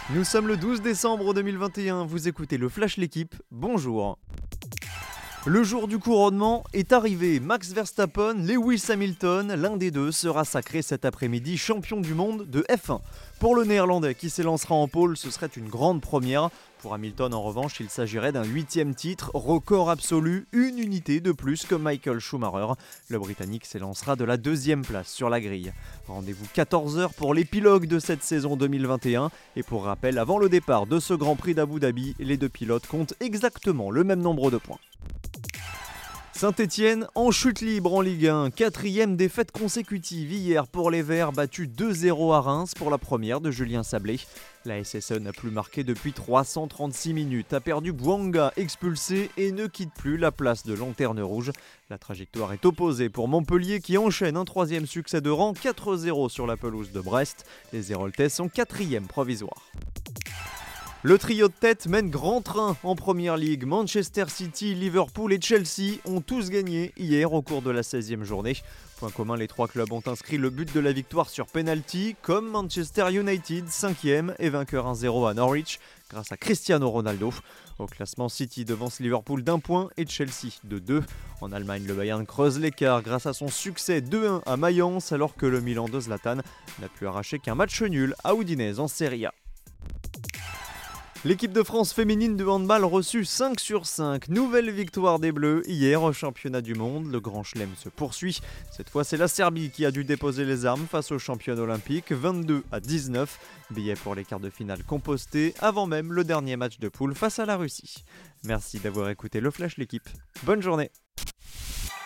Nous sommes le 12 décembre 2021, vous écoutez le Flash L'équipe, bonjour. Le jour du couronnement est arrivé. Max Verstappen, Lewis Hamilton, l'un des deux sera sacré cet après-midi champion du monde de F1. Pour le néerlandais qui s'élancera en pôle, ce serait une grande première. Pour Hamilton en revanche, il s'agirait d'un 8e titre, record absolu, une unité de plus que Michael Schumacher. Le Britannique s'élancera de la 2e place sur la grille. Rendez-vous 14h pour l'épilogue de cette saison 2021. Et pour rappel, avant le départ de ce Grand Prix d'Abu Dhabi, les deux pilotes comptent exactement le même nombre de points. Saint-Etienne en chute libre en Ligue 1, 4e défaite consécutive hier pour les Verts, battus 2-0 à Reims pour la première de Julien Sablé. La SSE n'a plus marqué depuis 336 minutes, a perdu Bouanga expulsé et ne quitte plus la place de Lanterne Rouge. La trajectoire est opposée pour Montpellier qui enchaîne un 3e succès de rang, 4-0 sur la pelouse de Brest. Les Héroltais sont 4e provisoire. Le trio de tête mène grand train en Première Ligue. Manchester City, Liverpool et Chelsea ont tous gagné hier au cours de la 16e journée. Point commun, les trois clubs ont inscrit le but de la victoire sur penalty, comme Manchester United, 5e et vainqueur 1-0 à Norwich, grâce à Cristiano Ronaldo. Au classement, City devance Liverpool d'1 point et Chelsea de 2. En Allemagne, le Bayern creuse l'écart grâce à son succès 2-1 à Mayence, alors que le Milan de Zlatan n'a pu arracher qu'un match nul à Udinese en Serie A. L'équipe de France féminine de handball reçut 5 sur 5. Nouvelle victoire des Bleus hier au championnat du monde. Le grand chelem se poursuit. Cette fois, c'est la Serbie qui a dû déposer les armes face aux championnes olympiques, 22-19. Billets pour les quarts de finale compostés avant même le dernier match de poule face à la Russie. Merci d'avoir écouté le Flash L'équipe. Bonne journée.